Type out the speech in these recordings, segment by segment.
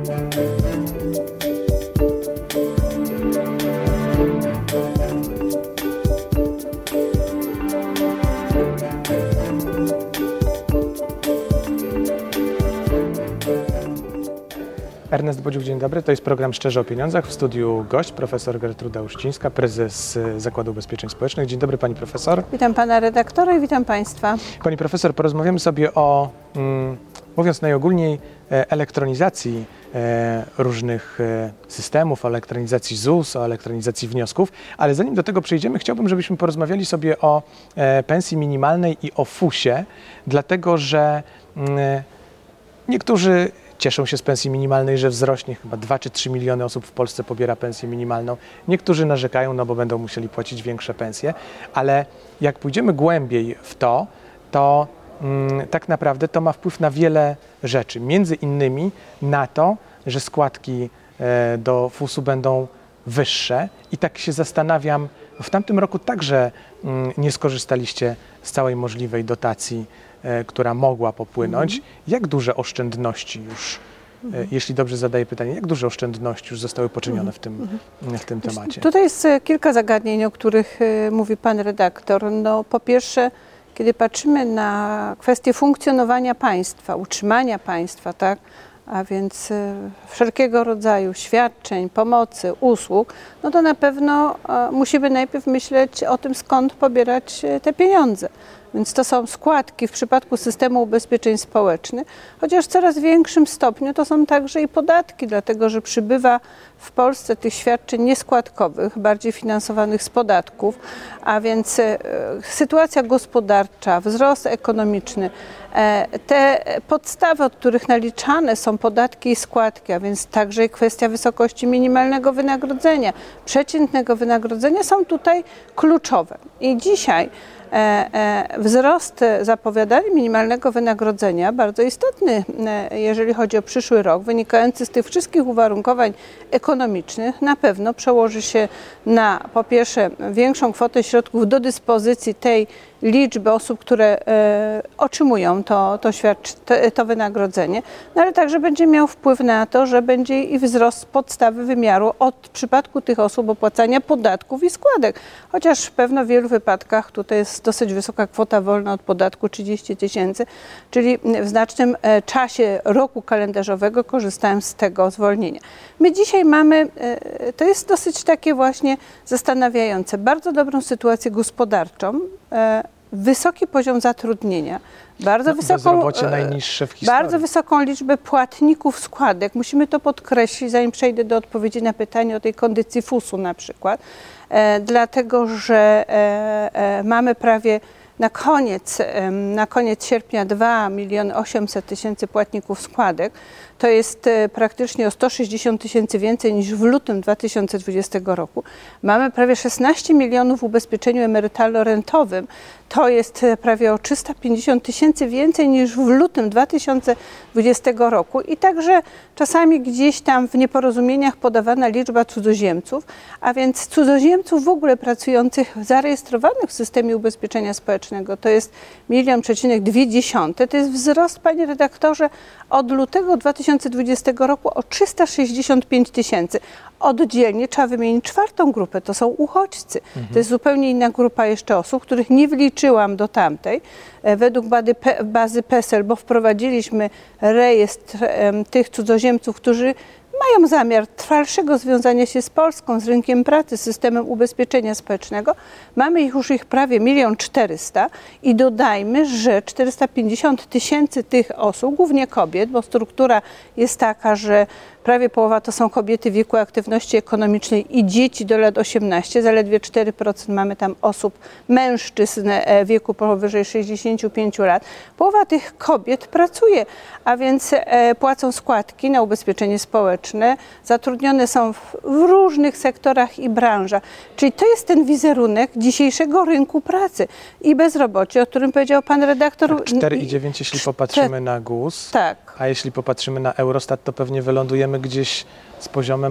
Ernest Bodziuk, dzień dobry. To jest program Szczerze o Pieniądzach. W studiu gość, profesor Gertruda Uścińska, prezes Zakładu Ubezpieczeń Społecznych. Dzień dobry, pani profesor. Witam pana redaktora i witam państwa. Pani profesor, porozmawiamy sobie o, mówiąc najogólniej, elektronizacji różnych systemów, o elektronizacji ZUS, o elektronizacji wniosków, ale zanim do tego przejdziemy, chciałbym, żebyśmy porozmawiali sobie o pensji minimalnej i o FUS-ie, dlatego że niektórzy cieszą się z pensji minimalnej, że wzrośnie. Chyba 2 czy 3 miliony osób w Polsce pobiera pensję minimalną. Niektórzy narzekają, no bo będą musieli płacić większe pensje, ale jak pójdziemy głębiej w to, tak naprawdę to ma wpływ na wiele rzeczy. Między innymi na to, że składki do FUS-u będą wyższe i tak się zastanawiam, w tamtym roku także nie skorzystaliście z całej możliwej dotacji, która mogła popłynąć. Jak duże oszczędności już, jeśli dobrze zadaję pytanie, jak duże oszczędności już zostały poczynione w tym temacie? Tutaj jest kilka zagadnień, o których mówi pan redaktor. No, po pierwsze, kiedy patrzymy na kwestię funkcjonowania państwa, utrzymania państwa, tak, a więc wszelkiego rodzaju świadczeń, pomocy, usług, no to na pewno musimy najpierw myśleć o tym, skąd pobierać te pieniądze. Więc to są składki w przypadku systemu ubezpieczeń społecznych, chociaż w coraz większym stopniu to są także i podatki, dlatego że przybywa w Polsce tych świadczeń nieskładkowych, bardziej finansowanych z podatków, a więc sytuacja gospodarcza, wzrost ekonomiczny, te podstawy, od których naliczane są podatki i składki, a więc także i kwestia wysokości minimalnego wynagrodzenia, przeciętnego wynagrodzenia są tutaj kluczowe. I dzisiaj wzrost zapowiadany minimalnego wynagrodzenia, bardzo istotny, jeżeli chodzi o przyszły rok, wynikający z tych wszystkich uwarunkowań ekonomicznych, na pewno przełoży się na, po pierwsze, większą kwotę środków do dyspozycji tej liczby osób, które otrzymują to wynagrodzenie, no ale także będzie miał wpływ na to, że będzie i wzrost podstawy wymiaru od przypadku tych osób opłacania podatków i składek. Chociaż pewno w wielu wypadkach tutaj jest dosyć wysoka kwota wolna od podatku 30 000, czyli w znacznym czasie roku kalendarzowego korzystałem z tego zwolnienia. My dzisiaj mamy, to jest dosyć takie właśnie zastanawiające, bardzo dobrą sytuację gospodarczą, wysoki poziom zatrudnienia, bezrobocie najniższe w historii. Bardzo wysoką liczbę płatników składek. Musimy to podkreślić, zanim przejdę do odpowiedzi na pytanie o tej kondycji FUS-u na przykład, dlatego że mamy prawie na koniec sierpnia 2 800 000 płatników składek. To jest praktycznie o 160 000 więcej niż w lutym 2020 roku. Mamy prawie 16 milionów w ubezpieczeniu emerytalno-rentowym. To jest prawie o 350 000 więcej niż w lutym 2020 roku. I także czasami gdzieś tam w nieporozumieniach podawana liczba cudzoziemców, a więc cudzoziemców w ogóle pracujących, zarejestrowanych w systemie ubezpieczenia społecznego, to jest 1,2 miliona. To jest wzrost, panie redaktorze, od lutego 2020 roku o 365 000. Oddzielnie trzeba wymienić czwartą grupę, to są uchodźcy. To jest zupełnie inna grupa jeszcze osób, których nie wliczyłam do tamtej. Według bazy PESEL, bo wprowadziliśmy rejestr tych cudzoziemców, którzy mają zamiar trwalszego związania się z Polską, z rynkiem pracy, z systemem ubezpieczenia społecznego. Mamy już prawie 1 400 000 i dodajmy, że 450 000 tych osób, głównie kobiet, bo struktura jest taka, że prawie połowa to są kobiety w wieku aktywności ekonomicznej i dzieci do lat 18, zaledwie 4% mamy tam osób, mężczyzn w wieku powyżej 65 lat. Połowa tych kobiet pracuje, a więc płacą składki na ubezpieczenie społeczne, zatrudnione są w różnych sektorach i branżach. Czyli to jest ten wizerunek dzisiejszego rynku pracy i bezrobocie, o którym powiedział pan redaktor. 4,9 jeśli popatrzymy na GUS, tak. A jeśli popatrzymy na Eurostat, to pewnie wylądujemy gdzieś z poziomem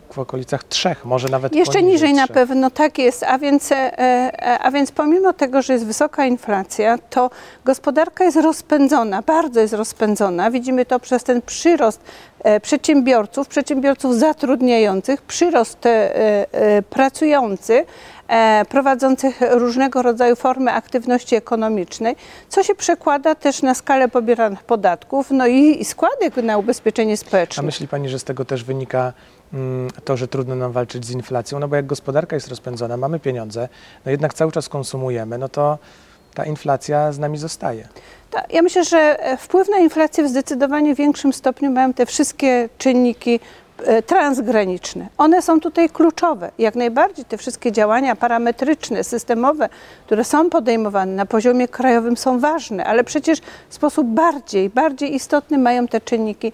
w okolicach 3, może nawet Jeszcze poniżej niżej na 3. pewno, tak jest, a więc pomimo tego, że jest wysoka inflacja, to gospodarka jest rozpędzona, bardzo jest rozpędzona. Widzimy to przez ten przyrost przedsiębiorców zatrudniających, przyrost pracujących, prowadzących różnego rodzaju formy aktywności ekonomicznej, co się przekłada też na skalę pobieranych podatków, no i składek na ubezpieczenie społeczne. A myśli pani, że z tego też wynika to, że trudno nam walczyć z inflacją? No bo jak gospodarka jest rozpędzona, mamy pieniądze, no jednak cały czas konsumujemy, no to ta inflacja z nami zostaje. Ja myślę, że wpływ na inflację w zdecydowanie większym stopniu mają te wszystkie czynniki transgraniczne. One są tutaj kluczowe. Jak najbardziej te wszystkie działania parametryczne, systemowe, które są podejmowane na poziomie krajowym, są ważne, ale przecież w sposób bardziej istotny mają te czynniki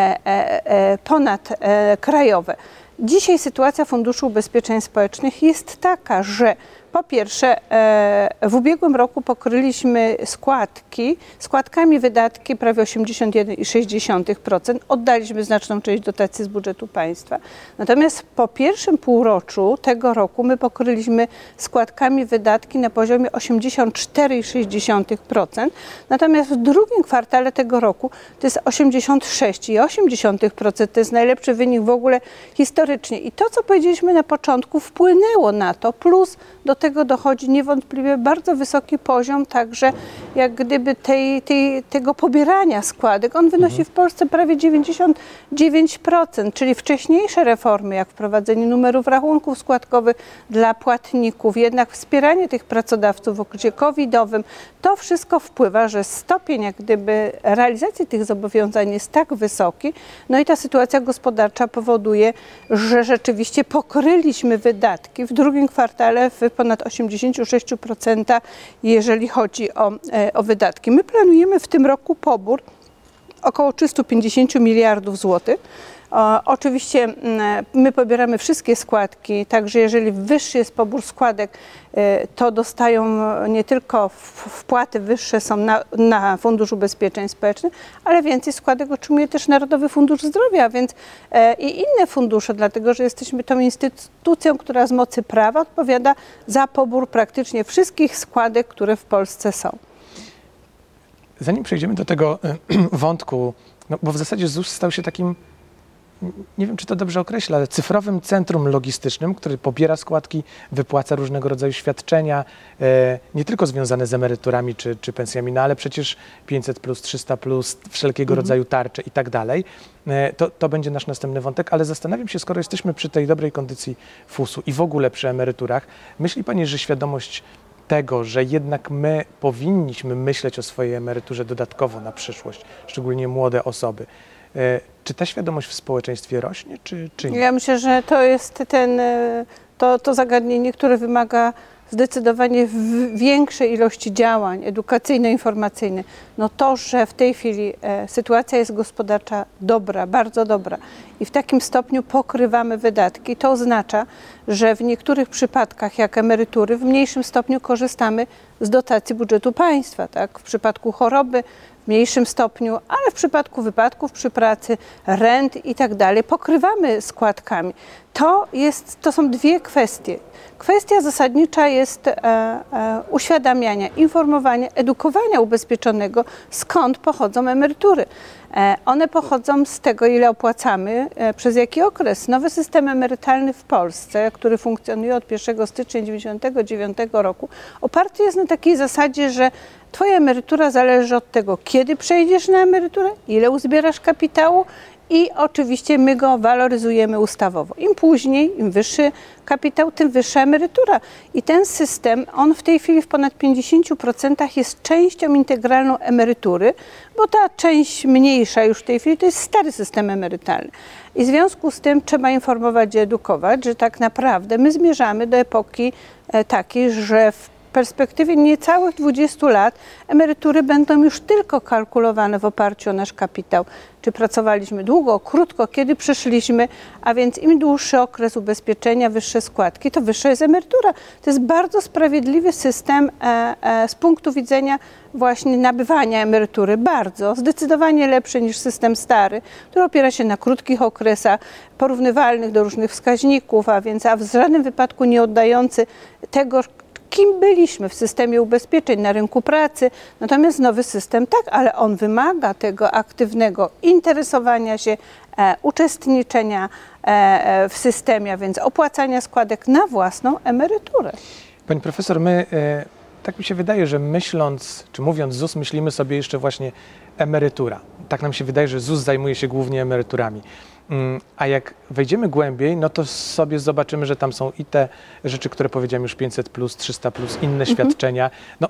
ponadkrajowe. Dzisiaj sytuacja Funduszu Ubezpieczeń Społecznych jest taka, że po pierwsze w ubiegłym roku pokryliśmy składkami wydatki prawie 81,6%. Oddaliśmy znaczną część dotacji z budżetu państwa. Natomiast po pierwszym półroczu tego roku my pokryliśmy składkami wydatki na poziomie 84,6%. Natomiast w drugim kwartale tego roku to jest 86,8%. To jest najlepszy wynik w ogóle historycznie. I to, co powiedzieliśmy na początku, wpłynęło na to, plus do tego dochodzi niewątpliwie bardzo wysoki poziom także jak gdyby tego pobierania składek. On wynosi w Polsce prawie 99%, czyli wcześniejsze reformy, jak wprowadzenie numerów rachunków składkowych dla płatników, jednak wspieranie tych pracodawców w okresie covidowym, to wszystko wpływa, że stopień jak gdyby realizacji tych zobowiązań jest tak wysoki, no i ta sytuacja gospodarcza powoduje, że rzeczywiście pokryliśmy wydatki w drugim kwartale w ponad 86%, jeżeli chodzi o wydatki. My planujemy w tym roku pobór około 350 miliardów złotych. Oczywiście my pobieramy wszystkie składki, także jeżeli wyższy jest pobór składek, to dostają nie tylko wpłaty wyższe są na Fundusz Ubezpieczeń Społecznych, ale więcej składek otrzymuje też Narodowy Fundusz Zdrowia, więc i inne fundusze, dlatego że jesteśmy tą instytucją, która z mocy prawa odpowiada za pobór praktycznie wszystkich składek, które w Polsce są. Zanim przejdziemy do tego wątku, no bo w zasadzie ZUS stał się takim, nie wiem, czy to dobrze określa, ale cyfrowym centrum logistycznym, który pobiera składki, wypłaca różnego rodzaju świadczenia, nie tylko związane z emeryturami czy pensjami, no ale przecież 500+, 300+, wszelkiego rodzaju tarcze i tak dalej. To będzie nasz następny wątek, ale zastanawiam się, skoro jesteśmy przy tej dobrej kondycji FUS-u i w ogóle przy emeryturach, myśli pani, że świadomość tego, że jednak my powinniśmy myśleć o swojej emeryturze dodatkowo na przyszłość, szczególnie młode osoby, czy ta świadomość w społeczeństwie rośnie, czy nie? Ja myślę, że to jest to zagadnienie, które wymaga zdecydowanie większej ilości działań edukacyjno-informacyjnych. No to, że w tej chwili sytuacja jest gospodarcza dobra, bardzo dobra i w takim stopniu pokrywamy wydatki, to oznacza, że w niektórych przypadkach, jak emerytury, w mniejszym stopniu korzystamy z dotacji budżetu państwa, tak? W przypadku choroby w mniejszym stopniu, ale w przypadku wypadków przy pracy, rent i tak dalej, pokrywamy składkami. To są dwie kwestie. Kwestia zasadnicza jest uświadamiania, informowania, edukowania ubezpieczonego, skąd pochodzą emerytury. One pochodzą z tego, ile opłacamy, przez jaki okres. Nowy system emerytalny w Polsce, który funkcjonuje od 1 stycznia 1999 roku, oparty jest na takiej zasadzie, że twoja emerytura zależy od tego, kiedy przejdziesz na emeryturę, ile uzbierasz kapitału i oczywiście my go waloryzujemy ustawowo. Im później, im wyższy kapitał, tym wyższa emerytura. I ten system, on w tej chwili w ponad 50% jest częścią integralną emerytury, bo ta część mniejsza już w tej chwili to jest stary system emerytalny. I w związku z tym trzeba informować i edukować, że tak naprawdę my zmierzamy do epoki takiej, że perspektywie niecałych 20 lat emerytury będą już tylko kalkulowane w oparciu o nasz kapitał. Czy pracowaliśmy długo, krótko, kiedy przeszliśmy, a więc im dłuższy okres ubezpieczenia, wyższe składki, to wyższa jest emerytura. To jest bardzo sprawiedliwy system z punktu widzenia właśnie nabywania emerytury. Bardzo, zdecydowanie lepszy niż system stary, który opiera się na krótkich okresach, porównywalnych do różnych wskaźników, a w żadnym wypadku nie oddający tego, kim byliśmy w systemie ubezpieczeń na rynku pracy. Natomiast nowy system tak, ale on wymaga tego aktywnego interesowania się, uczestniczenia w systemie, a więc opłacania składek na własną emeryturę. Pani profesor, tak mi się wydaje, że myśląc, czy mówiąc ZUS, myślimy sobie jeszcze właśnie emerytura. Tak nam się wydaje, że ZUS zajmuje się głównie emeryturami. A jak wejdziemy głębiej, no to sobie zobaczymy, że tam są i te rzeczy, które powiedziałem już 500+, 300+, inne świadczenia. No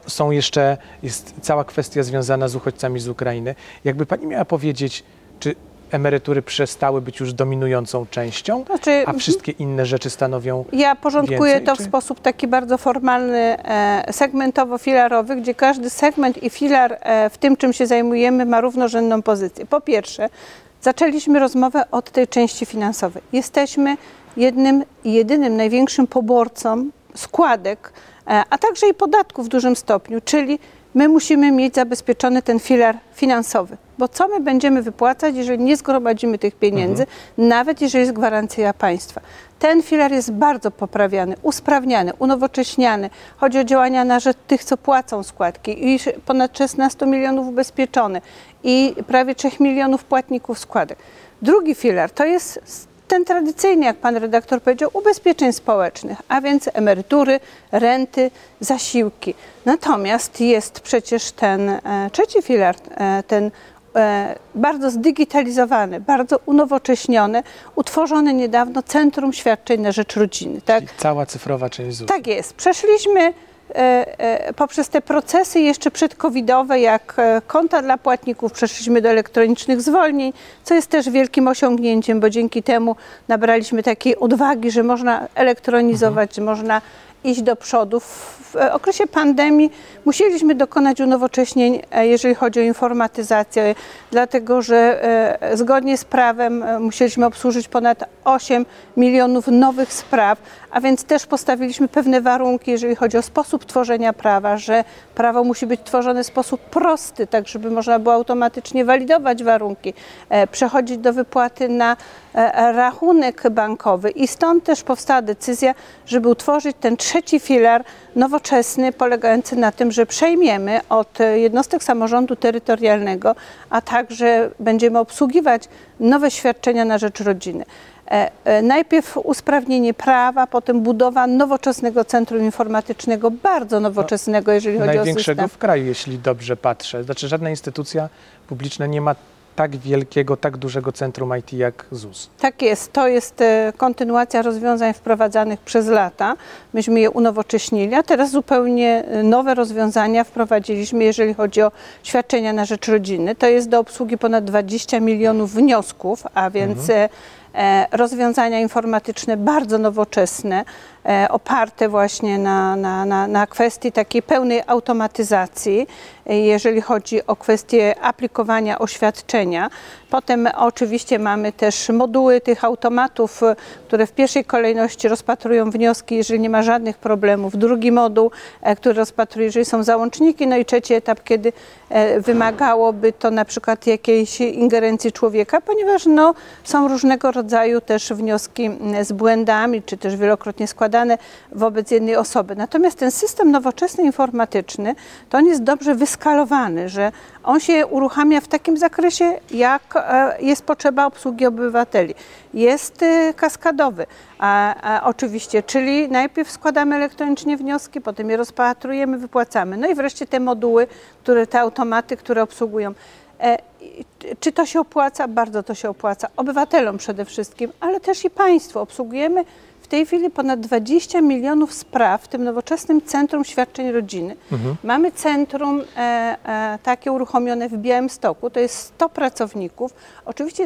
jest cała kwestia związana z uchodźcami z Ukrainy. Jakby pani miała powiedzieć, czy emerytury przestały być już dominującą częścią, a wszystkie inne rzeczy stanowią Ja porządkuję więcej, to w sposób taki bardzo formalny, segmentowo-filarowy, gdzie każdy segment i filar w tym, czym się zajmujemy, ma równorzędną pozycję. Po pierwsze, zaczęliśmy rozmowę od tej części finansowej. Jesteśmy jednym i jedynym największym poborcą składek, a także i podatków w dużym stopniu, czyli my musimy mieć zabezpieczony ten filar finansowy. Bo co my będziemy wypłacać, jeżeli nie zgromadzimy tych pieniędzy, nawet jeżeli jest gwarancja państwa? Ten filar jest bardzo poprawiany, usprawniany, unowocześniany. Chodzi o działania na rzecz tych, co płacą składki. I ponad 16 milionów ubezpieczonych i prawie 3 milionów płatników składek. Drugi filar to jest ten tradycyjny, jak pan redaktor powiedział, ubezpieczeń społecznych, a więc emerytury, renty, zasiłki. Natomiast jest przecież ten trzeci filar, ten bardzo zdigitalizowany, bardzo unowocześniony, utworzony niedawno Centrum Świadczeń na Rzecz Rodziny. Tak? Czyli cała cyfrowa część ZUS. Tak jest. Przeszliśmy poprzez te procesy jeszcze przedcovidowe, jak konta dla płatników, przeszliśmy do elektronicznych zwolnień, co jest też wielkim osiągnięciem, bo dzięki temu nabraliśmy takiej odwagi, że można elektronizować, że można iść do przodu. W okresie pandemii musieliśmy dokonać unowocześnień, jeżeli chodzi o informatyzację, dlatego że zgodnie z prawem musieliśmy obsłużyć ponad 8 milionów nowych spraw, a więc też postawiliśmy pewne warunki, jeżeli chodzi o sposób tworzenia prawa, że prawo musi być tworzone w sposób prosty, tak żeby można było automatycznie walidować warunki, przechodzić do wypłaty na rachunek bankowy i stąd też powstała decyzja, żeby utworzyć ten trzeci filar nowoczesny, polegający na tym, że przejmiemy od jednostek samorządu terytorialnego, a także będziemy obsługiwać nowe świadczenia na rzecz rodziny. Najpierw usprawnienie prawa, potem budowa nowoczesnego centrum informatycznego, bardzo nowoczesnego, jeżeli chodzi o system. Największego w kraju, jeśli dobrze patrzę. Znaczy żadna instytucja publiczna nie ma tak wielkiego, tak dużego centrum IT jak ZUS. Tak jest. To jest kontynuacja rozwiązań wprowadzanych przez lata. Myśmy je unowocześnili, a teraz zupełnie nowe rozwiązania wprowadziliśmy, jeżeli chodzi o świadczenia na rzecz rodziny. To jest do obsługi ponad 20 milionów wniosków, a więc rozwiązania informatyczne bardzo nowoczesne, oparte właśnie na kwestii takiej pełnej automatyzacji, jeżeli chodzi o kwestię aplikowania oświadczenia. Potem oczywiście mamy też moduły tych automatów, które w pierwszej kolejności rozpatrują wnioski, jeżeli nie ma żadnych problemów. Drugi moduł, który rozpatruje, jeżeli są załączniki. No i trzeci etap, kiedy wymagałoby to na przykład jakiejś ingerencji człowieka, ponieważ są różnego rodzaju też wnioski z błędami, czy też wielokrotnie składane wobec jednej osoby. Natomiast ten system nowoczesny informatyczny, to on jest dobrze wyskalowany, że on się uruchamia w takim zakresie, jak jest potrzeba obsługi obywateli. Jest kaskadowy, oczywiście, czyli najpierw składamy elektronicznie wnioski, potem je rozpatrujemy, wypłacamy. No i wreszcie te moduły, te automaty, które obsługują. Czy to się opłaca? Bardzo to się opłaca. Obywatelom przede wszystkim, ale też i państwu. Obsługujemy w tej chwili ponad 20 milionów spraw w tym nowoczesnym Centrum Świadczeń Rodziny. Mamy centrum takie uruchomione w Białymstoku, to jest 100 pracowników. Oczywiście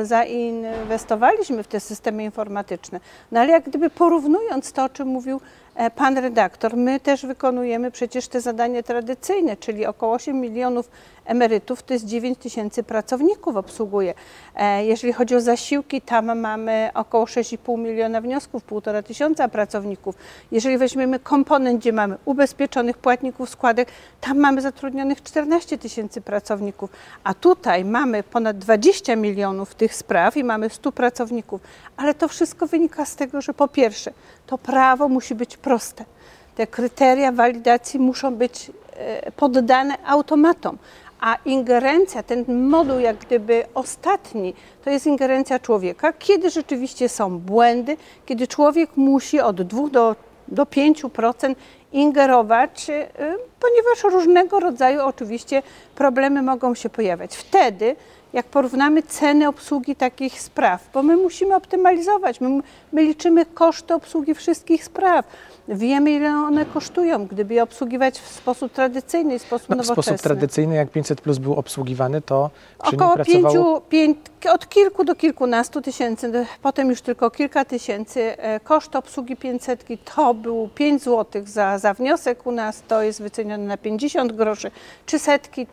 zainwestowaliśmy w te systemy informatyczne, no ale jak gdyby porównując to, o czym mówił pan redaktor, my też wykonujemy przecież te zadania tradycyjne, czyli około 8 milionów emerytów, to jest 9 tysięcy pracowników obsługuje. Jeżeli chodzi o zasiłki, tam mamy około 6,5 miliona wniosków, 1,5 tysiąca pracowników. Jeżeli weźmiemy komponent, gdzie mamy ubezpieczonych płatników składek, tam mamy zatrudnionych 14 tysięcy pracowników, a tutaj mamy ponad 20 milionów tych spraw i mamy 100 pracowników. Ale to wszystko wynika z tego, że po pierwsze, to prawo musi być proste. Te kryteria walidacji muszą być poddane automatom. A ingerencja, ten moduł jak gdyby ostatni, to jest ingerencja człowieka, kiedy rzeczywiście są błędy, kiedy człowiek musi od 2 do 5% ingerować, ponieważ różnego rodzaju oczywiście problemy mogą się pojawiać. Wtedy, jak porównamy ceny obsługi takich spraw, bo my musimy optymalizować, my liczymy koszty obsługi wszystkich spraw. Wiemy, ile one kosztują, gdyby je obsługiwać w sposób tradycyjny, w sposób nowoczesny. W sposób tradycyjny, jak 500 plus był obsługiwany, to przy około nim pracowało... od kilku do kilkunastu tysięcy, potem już tylko kilka tysięcy. Koszt obsługi 500 to był 5 zł za wniosek u nas, to jest wycenione na 50 groszy. 300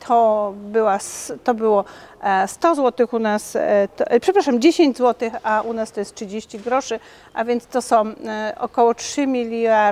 to było 100 zł u nas, przepraszam, 10 zł, a u nas to jest 30 groszy, a więc to są około 3 miliardy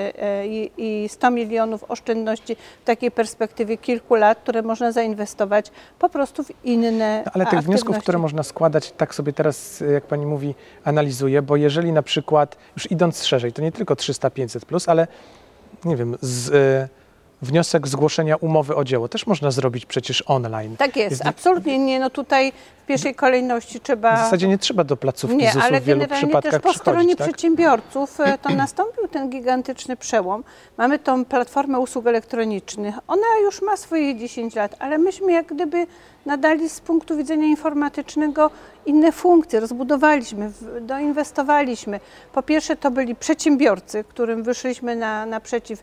i 100 milionów oszczędności w takiej perspektywie kilku lat, które można zainwestować po prostu w inne Ale tych wniosków, które można składać, tak sobie teraz, jak pani mówi, analizuję, bo jeżeli na przykład, już idąc szerzej, to nie tylko 300-500 plus, ale nie wiem, wniosek zgłoszenia umowy o dzieło też można zrobić przecież online. Tak jest, absolutnie nie. No tutaj w pierwszej kolejności trzeba... W zasadzie nie trzeba do placówki ZUS-u w wielu przypadkach też po stronie tak? przedsiębiorców to nastąpił ten gigantyczny przełom. Mamy tą platformę usług elektronicznych. Ona już ma swoje 10 lat, ale myśmy jak gdyby nadali z punktu widzenia informatycznego inne funkcje, rozbudowaliśmy, doinwestowaliśmy. Po pierwsze to byli przedsiębiorcy, którym wyszliśmy naprzeciw,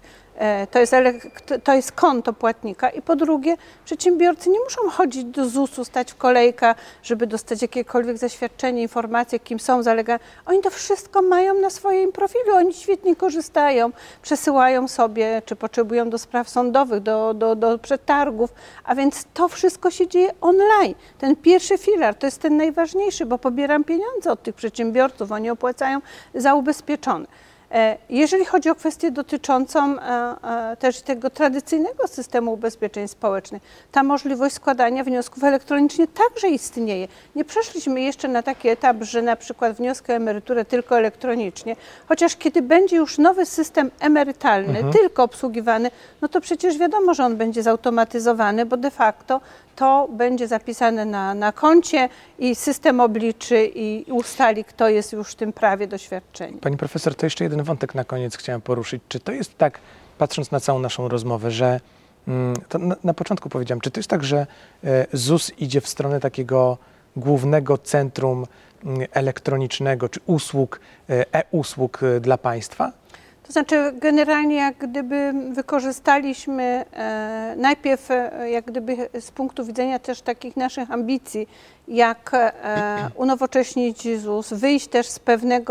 to jest konto płatnika i po drugie przedsiębiorcy nie muszą chodzić do ZUS-u, stać w kolejkach, żeby dostać jakiekolwiek zaświadczenie, informacje, kim są zalegane. Oni to wszystko mają na swoim profilu, oni świetnie korzystają, przesyłają sobie, czy potrzebują do spraw sądowych, do przetargów, a więc to wszystko się dzieje online. Ten pierwszy filar to jest ten najważniejszy, bo pobieram pieniądze od tych przedsiębiorców, oni opłacają za ubezpieczone. Jeżeli chodzi o kwestię dotyczącą też tego tradycyjnego systemu ubezpieczeń społecznych, ta możliwość składania wniosków elektronicznie także istnieje. Nie przeszliśmy jeszcze na taki etap, że na przykład wniosek o emeryturę tylko elektronicznie, chociaż kiedy będzie już nowy system emerytalny, tylko obsługiwany, no to przecież wiadomo, że on będzie zautomatyzowany, bo de facto to będzie zapisane na koncie i system obliczy i ustali, kto jest już w tym prawie doświadczeni. Pani profesor, to jeszcze jeden wątek na koniec chciałem poruszyć. Czy to jest tak, patrząc na całą naszą rozmowę, że to na początku powiedziałem, czy to jest tak, że ZUS idzie w stronę takiego głównego centrum elektronicznego, czy usług, e-usług dla państwa? To znaczy generalnie jak gdyby wykorzystaliśmy najpierw jak gdyby z punktu widzenia też takich naszych ambicji, jak unowocześnić ZUS, wyjść też z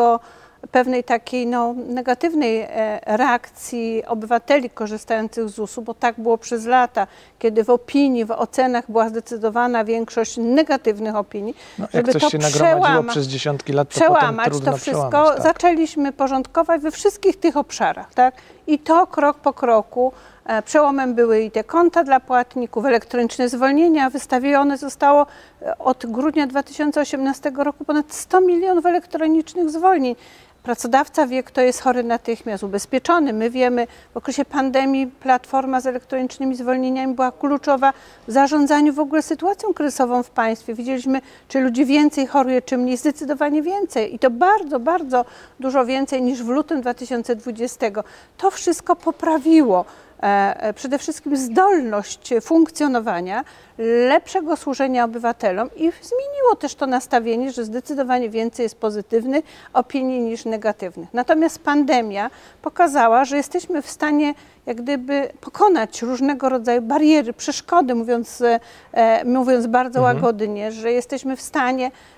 pewnej takiej negatywnej reakcji obywateli korzystających z ZUS-u, bo tak było przez lata, kiedy w opinii, w ocenach była zdecydowana większość negatywnych opinii. No, żeby jak coś się nagromadziło przez dziesiątki lat, to potem trudno to wszystko, tak. Zaczęliśmy porządkować we wszystkich tych obszarach, tak? I to krok po kroku. Przełomem były i te konta dla płatników, elektroniczne zwolnienia. Wystawione zostało od grudnia 2018 roku ponad 100 milionów elektronicznych zwolnień. Pracodawca wie, kto jest chory natychmiast, ubezpieczony. My wiemy, w okresie pandemii platforma z elektronicznymi zwolnieniami była kluczowa w zarządzaniu w ogóle sytuacją kryzysową w państwie. Widzieliśmy, czy ludzi więcej choruje, czy mniej, zdecydowanie więcej. I to bardzo, bardzo dużo więcej niż w lutym 2020. To wszystko poprawiło przede wszystkim zdolność funkcjonowania, lepszego służenia obywatelom i zmieniło też to nastawienie, że zdecydowanie więcej jest pozytywnych opinii niż negatywnych. Natomiast pandemia pokazała, że jesteśmy w stanie jak gdyby pokonać różnego rodzaju bariery, przeszkody, mówiąc bardzo łagodnie, że jesteśmy w stanie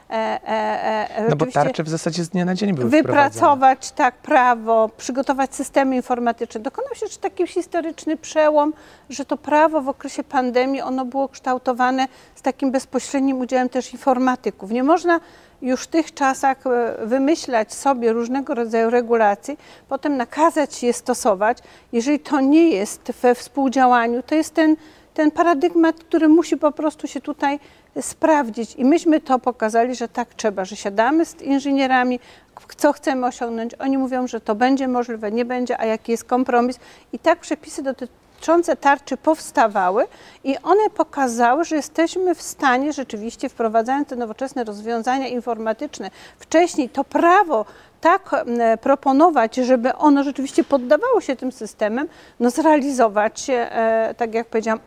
No bo oczywiście tarcze w zasadzie z dnia na dzień były wprowadzane. wypracować prawo, przygotować systemy informatyczne. Dokonał się też taki historyczny przełom, że to prawo w okresie pandemii, ono było kształtowane z takim bezpośrednim udziałem też informatyków. Nie można już w tych czasach wymyślać sobie różnego rodzaju regulacji, potem nakazać je stosować. Jeżeli to nie jest we współdziałaniu, to jest ten paradygmat, który musi po prostu się tutaj sprawdzić. I myśmy to pokazali, że tak trzeba, że siadamy z inżynierami, co chcemy osiągnąć. Oni mówią, że to będzie możliwe, nie będzie, a jaki jest kompromis. I tak przepisy dotyczące tarczy powstawały i one pokazały, że jesteśmy w stanie rzeczywiście, wprowadzając te nowoczesne rozwiązania informatyczne, wcześniej to prawo tak proponować, żeby ono rzeczywiście poddawało się tym systemem, no zrealizować, tak jak powiedziałam,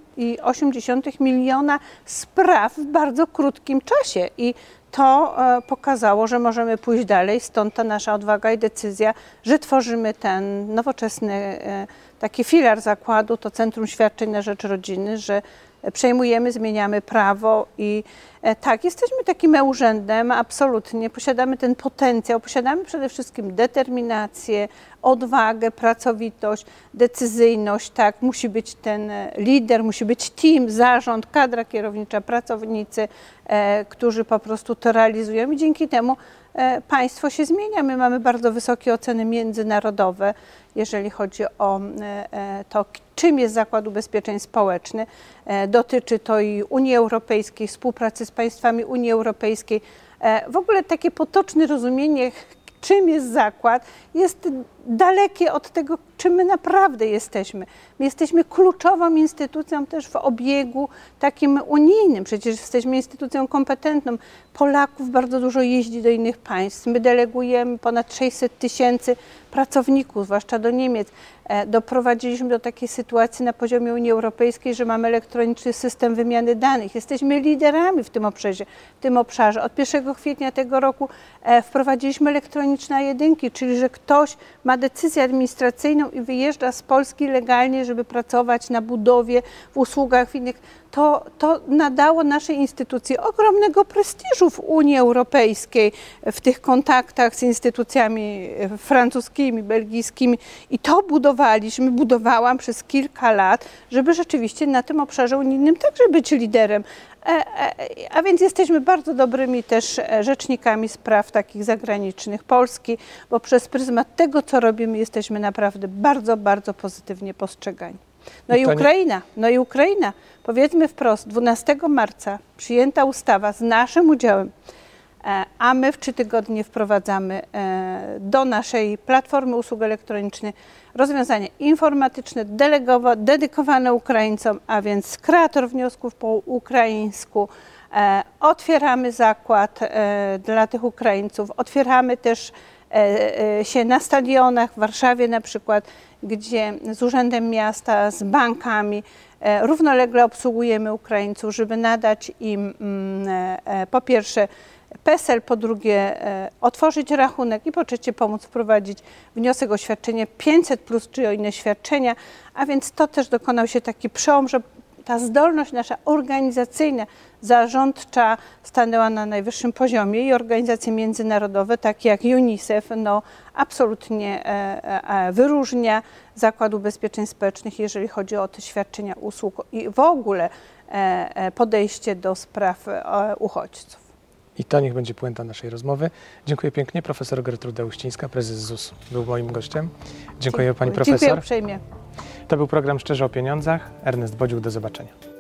8,8 miliona spraw w bardzo krótkim czasie. I to pokazało, że możemy pójść dalej, stąd ta nasza odwaga i decyzja, że tworzymy ten nowoczesny taki filar zakładu, to Centrum Świadczeń na Rzecz Rodziny, że przejmujemy, zmieniamy prawo i tak, jesteśmy takim urzędem, absolutnie, posiadamy ten potencjał, posiadamy przede wszystkim determinację, odwagę, pracowitość, decyzyjność, tak, musi być ten lider, musi być team, zarząd, kadra kierownicza, pracownicy, którzy po prostu to realizują i dzięki temu państwo się zmienia. My mamy bardzo wysokie oceny międzynarodowe, jeżeli chodzi o to, czym jest Zakład Ubezpieczeń Społecznych. Dotyczy to i Unii Europejskiej, współpracy z państwami Unii Europejskiej. W ogóle takie potoczne rozumienie, czym jest zakład, jest dalekie od tego, czym my naprawdę jesteśmy. My jesteśmy kluczową instytucją też w obiegu takim unijnym. Przecież jesteśmy instytucją kompetentną. Polaków bardzo dużo jeździ do innych państw. My delegujemy ponad 600 tysięcy pracowników, zwłaszcza do Niemiec. Doprowadziliśmy do takiej sytuacji na poziomie Unii Europejskiej, że mamy elektroniczny system wymiany danych. Jesteśmy liderami w tym obszarze. Od 1 kwietnia tego roku wprowadziliśmy elektroniczne A1, czyli że ktoś ma decyzję administracyjną i wyjeżdża z Polski legalnie, żeby pracować na budowie, w usługach, w innych. To nadało naszej instytucji ogromnego prestiżu w Unii Europejskiej, w tych kontaktach z instytucjami francuskimi, belgijskimi i to budowałam przez kilka lat, żeby rzeczywiście na tym obszarze unijnym także być liderem. A więc jesteśmy bardzo dobrymi też rzecznikami spraw takich zagranicznych Polski, bo przez pryzmat tego, co robimy, jesteśmy naprawdę bardzo, bardzo pozytywnie postrzegani. No i Ukraina, powiedzmy wprost, 12 marca przyjęta ustawa z naszym udziałem, a my w 3 tygodnie wprowadzamy do naszej platformy usług elektronicznych rozwiązania informatyczne dedykowane Ukraińcom, a więc kreator wniosków po ukraińsku. Otwieramy zakład dla tych Ukraińców, otwieramy też się na stadionach w Warszawie na przykład, gdzie z Urzędem Miasta, z bankami równolegle obsługujemy Ukraińców, żeby nadać im po pierwsze PESEL, po drugie otworzyć rachunek i po trzecie pomóc wprowadzić wniosek o świadczenie 500+, czy o inne świadczenia, a więc to też dokonał się taki przełom, że ta zdolność nasza organizacyjna, zarządcza stanęła na najwyższym poziomie i organizacje międzynarodowe, takie jak UNICEF, no absolutnie wyróżnia Zakład Ubezpieczeń Społecznych, jeżeli chodzi o te świadczenia usług i w ogóle podejście do spraw uchodźców. I to niech będzie puenta naszej rozmowy. Dziękuję pięknie. Profesor Gertruda Uścińska, prezes ZUS, był moim gościem. Dziękuję pani profesor. Dziękuję uprzejmie. To był program Szczerze o Pieniądzach. Ernest Bodziuk, do zobaczenia.